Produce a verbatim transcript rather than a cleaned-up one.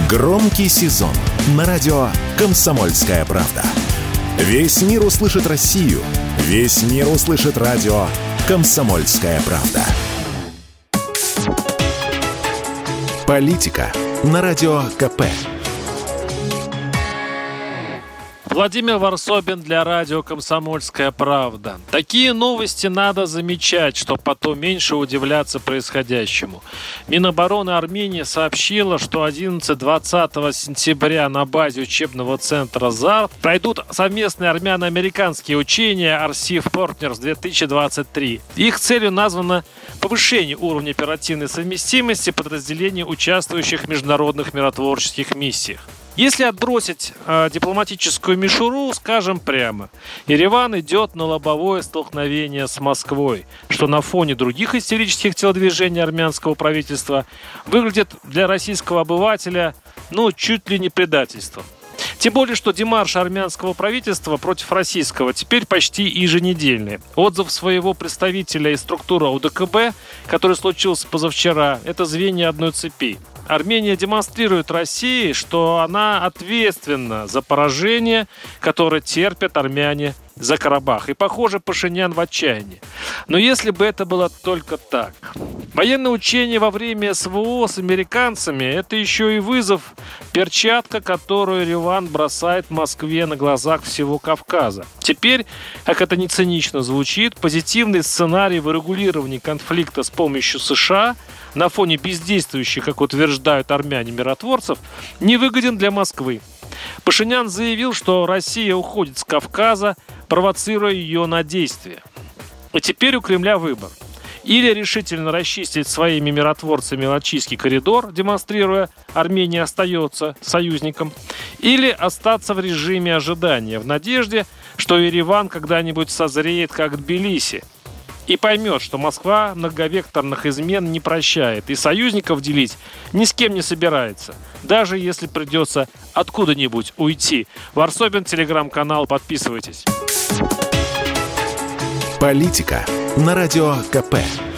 Громкий сезон на радио «Комсомольская правда». Весь мир услышит Россию. Весь мир услышит радио «Комсомольская правда». Политика на радио ка пэ. Владимир Варсобин для радио «Комсомольская правда». Такие новости надо замечать, чтобы потом меньше удивляться происходящему. Минобороны Армении сообщила, что одиннадцатого-двадцатого сентября на базе учебного центра ЗАР пройдут совместные армяно-американские учения «Арсив Партнерс-две тысячи двадцать три». Их целью названо повышение уровня оперативной совместимости подразделений, участвующих в международных миротворческих миссиях. Если отбросить э, дипломатическую мишуру, скажем прямо, Ереван идет на лобовое столкновение с Москвой, что на фоне других истерических телодвижений армянского правительства выглядит для российского обывателя, ну, чуть ли не предательством. Тем более, что демарш армянского правительства против российского теперь почти еженедельный. Отзыв своего представителя из структуры о дэ ка бэ, который случился позавчера, это звенья одной цепи. Армения демонстрирует России, что она ответственна за поражение, которое терпят армяне за Карабах. И, похоже, Пашинян в отчаянии. Но если бы это было только так. Военное учение во время эс вэ о с американцами – это еще и вызов, перчатка, которую Ереван бросает Москве на глазах всего Кавказа. Теперь, как это не цинично звучит, позитивный сценарий вырегулирования конфликта с помощью США на фоне бездействующих, как утверждают армяне, миротворцев, невыгоден для Москвы. Пашинян заявил, что Россия уходит с Кавказа, провоцируя ее на действия. И теперь у Кремля выбор. Или решительно расчистить своими миротворцами Лачийский коридор, демонстрируя, Армения остается союзником, или остаться в режиме ожидания, в надежде, что Ереван когда-нибудь созреет, как Тбилиси, и поймет, что Москва многовекторных измен не прощает и союзников делить ни с кем не собирается, даже если придется откуда-нибудь уйти. Варсобин, телеграм-канал, подписывайтесь. Политика на радио ка пэ.